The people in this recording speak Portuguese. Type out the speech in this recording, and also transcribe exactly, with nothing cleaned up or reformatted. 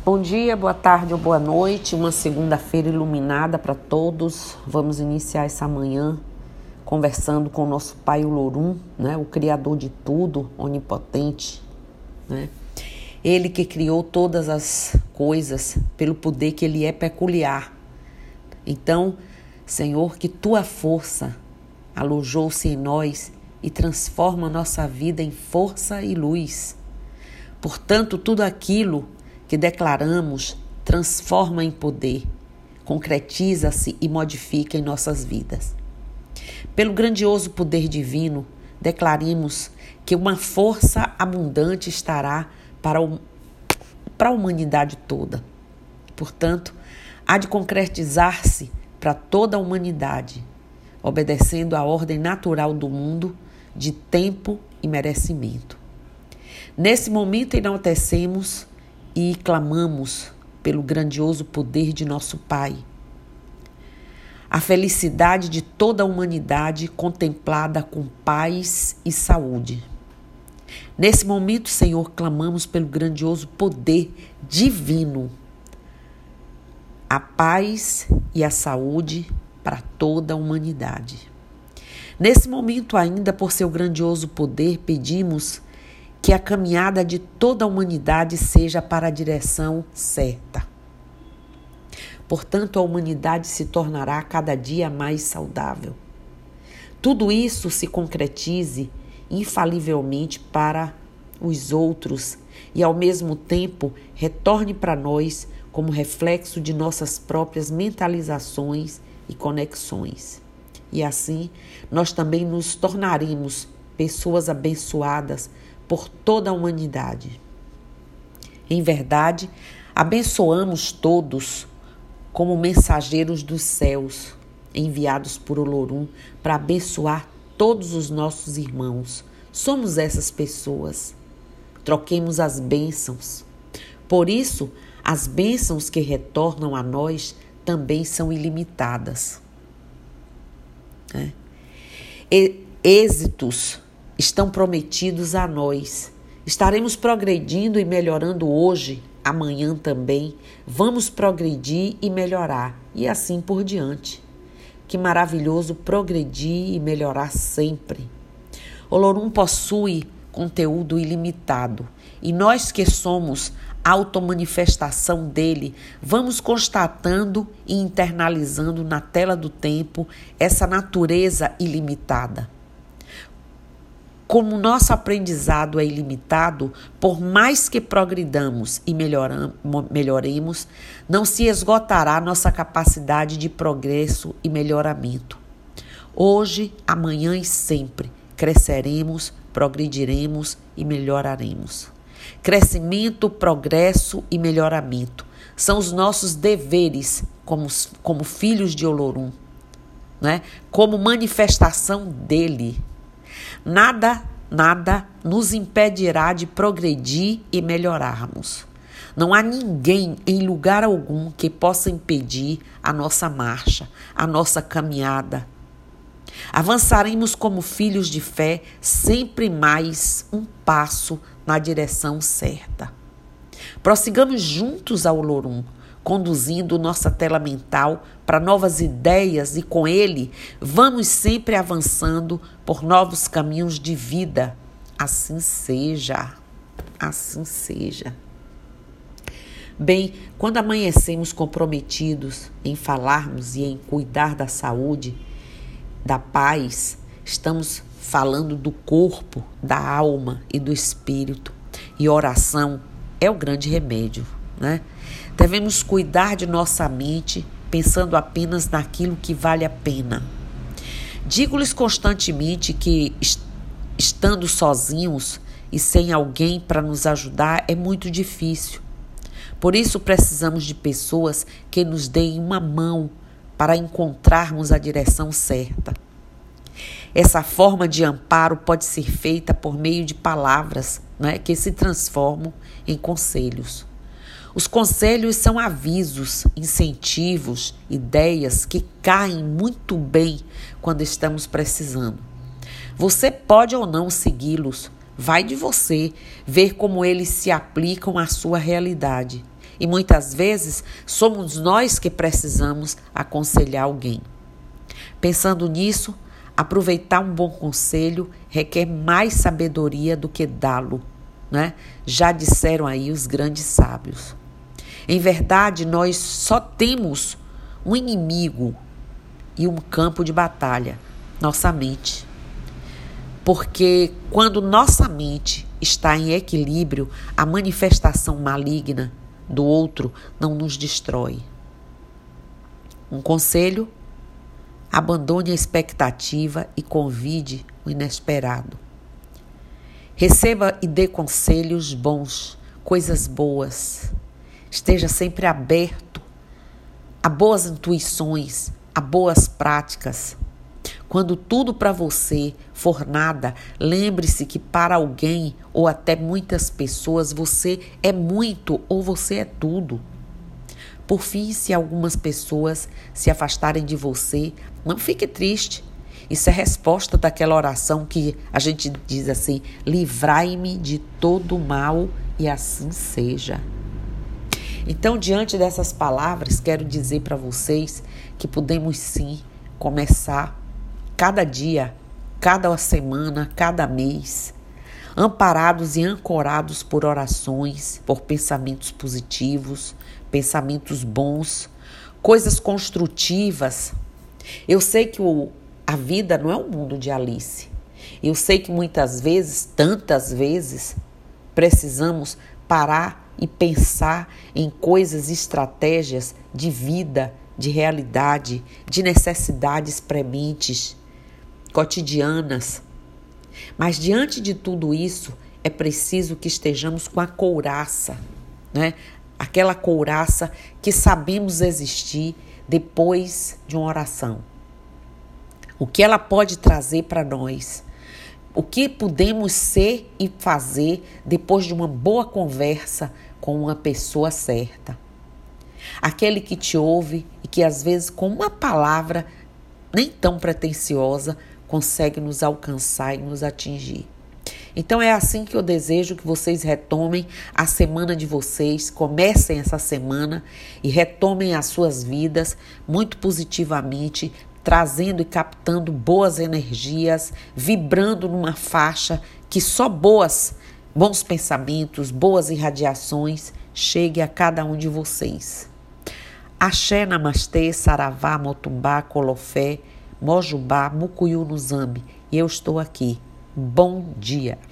Bom dia, boa tarde ou boa noite, uma segunda-feira iluminada para todos. Vamos iniciar essa manhã conversando com o nosso Pai Olorum, né? O Criador de tudo, onipotente, né? Ele que criou todas as coisas pelo poder que Ele é peculiar. Então, Senhor, que Tua força alojou-se em nós e transforma nossa vida em força e luz. Portanto, tudo aquilo que declaramos transforma em poder, concretiza-se e modifica em nossas vidas. Pelo grandioso poder divino, declaremos que uma força abundante estará para, o, para a humanidade toda. Portanto, há de concretizar-se para toda a humanidade, obedecendo à ordem natural do mundo de tempo e merecimento. Nesse momento enaltecemos e clamamos pelo grandioso poder de nosso Pai. A felicidade de toda a humanidade contemplada com paz e saúde. Nesse momento, Senhor, clamamos pelo grandioso poder divino. A paz e a saúde para toda a humanidade. Nesse momento ainda, por seu grandioso poder, pedimos que a caminhada de toda a humanidade seja para a direção certa. Portanto, a humanidade se tornará cada dia mais saudável. Tudo isso se concretize infalivelmente para os outros e, ao mesmo tempo, retorne para nós como reflexo de nossas próprias mentalizações e conexões. E assim, nós também nos tornaremos pessoas abençoadas por toda a humanidade. Em verdade, abençoamos todos como mensageiros dos céus, enviados por Olorum para abençoar todos os nossos irmãos. Somos essas pessoas. Troquemos as bênçãos. Por isso, as bênçãos que retornam a nós também são ilimitadas. É. E, êxitos estão prometidos a nós. Estaremos progredindo e melhorando hoje, amanhã também. Vamos progredir e melhorar, e assim por diante. Que maravilhoso progredir e melhorar sempre. Olorum possui conteúdo ilimitado, e nós que somos automanifestação dele, vamos constatando e internalizando na tela do tempo essa natureza ilimitada. Como nosso aprendizado é ilimitado, por mais que progridamos e melhoremos, não se esgotará nossa capacidade de progresso e melhoramento. Hoje, amanhã e sempre, cresceremos, progrediremos e melhoraremos. Crescimento, progresso e melhoramento são os nossos deveres como, como filhos de Olorum, né? Como manifestação dele. Nada, nada nos impedirá de progredir e melhorarmos. Não há ninguém em lugar algum que possa impedir a nossa marcha, a nossa caminhada. Avançaremos como filhos de fé sempre mais um passo na direção certa. Prossigamos juntos ao Olorum, conduzindo nossa tela mental para novas ideias e com ele vamos sempre avançando por novos caminhos de vida. Assim seja, assim seja. Bem, quando amanhecemos comprometidos em falarmos e em cuidar da saúde, da paz, estamos falando do corpo, da alma e do espírito. E oração é o grande remédio, né? Devemos cuidar de nossa mente, pensando apenas naquilo que vale a pena. Digo-lhes constantemente que, estando sozinhos e sem alguém para nos ajudar, é muito difícil. Por isso, precisamos de pessoas que nos deem uma mão para encontrarmos a direção certa. Essa forma de amparo pode ser feita por meio de palavras, né, que se transformam em conselhos. Os conselhos são avisos, incentivos, ideias que caem muito bem quando estamos precisando. Você pode ou não segui-los, vai de você ver como eles se aplicam à sua realidade. E muitas vezes somos nós que precisamos aconselhar alguém. Pensando nisso, aproveitar um bom conselho requer mais sabedoria do que dá-lo, né? Já disseram aí os grandes sábios. Em verdade, nós só temos um inimigo e um campo de batalha, nossa mente. Porque quando nossa mente está em equilíbrio, a manifestação maligna do outro não nos destrói. Um conselho: abandone a expectativa e convide o inesperado. Receba e dê conselhos bons, coisas boas. Esteja sempre aberto a boas intuições, a boas práticas. Quando tudo para você for nada, lembre-se que para alguém ou até muitas pessoas você é muito ou você é tudo. Por fim, se algumas pessoas se afastarem de você, não fique triste. Isso é resposta daquela oração que a gente diz assim: livrai-me de todo o mal e assim seja. Então, diante dessas palavras, quero dizer para vocês que podemos sim começar cada dia, cada semana, cada mês, amparados e ancorados por orações, por pensamentos positivos, pensamentos bons, coisas construtivas. Eu sei que o, a vida não é um mundo de Alice. Eu sei que muitas vezes, tantas vezes, precisamos parar e pensar em coisas, estratégias de vida, de realidade, de necessidades prementes, cotidianas. Mas diante de tudo isso, é preciso que estejamos com a couraça, né? Aquela couraça que sabemos existir depois de uma oração. O que ela pode trazer para nós? O que podemos ser e fazer depois de uma boa conversa com uma pessoa certa? Aquele que te ouve e que às vezes com uma palavra nem tão pretensiosa consegue nos alcançar e nos atingir. Então é assim que eu desejo que vocês retomem a semana de vocês, comecem essa semana e retomem as suas vidas muito positivamente, trazendo e captando boas energias, vibrando numa faixa que só boas, bons pensamentos, boas irradiações chegue a cada um de vocês. Axé, Namastê, Saravá, Motumbá, Colofé, Mojubá, Mucuyu no Zambi. E eu estou aqui. Bom dia!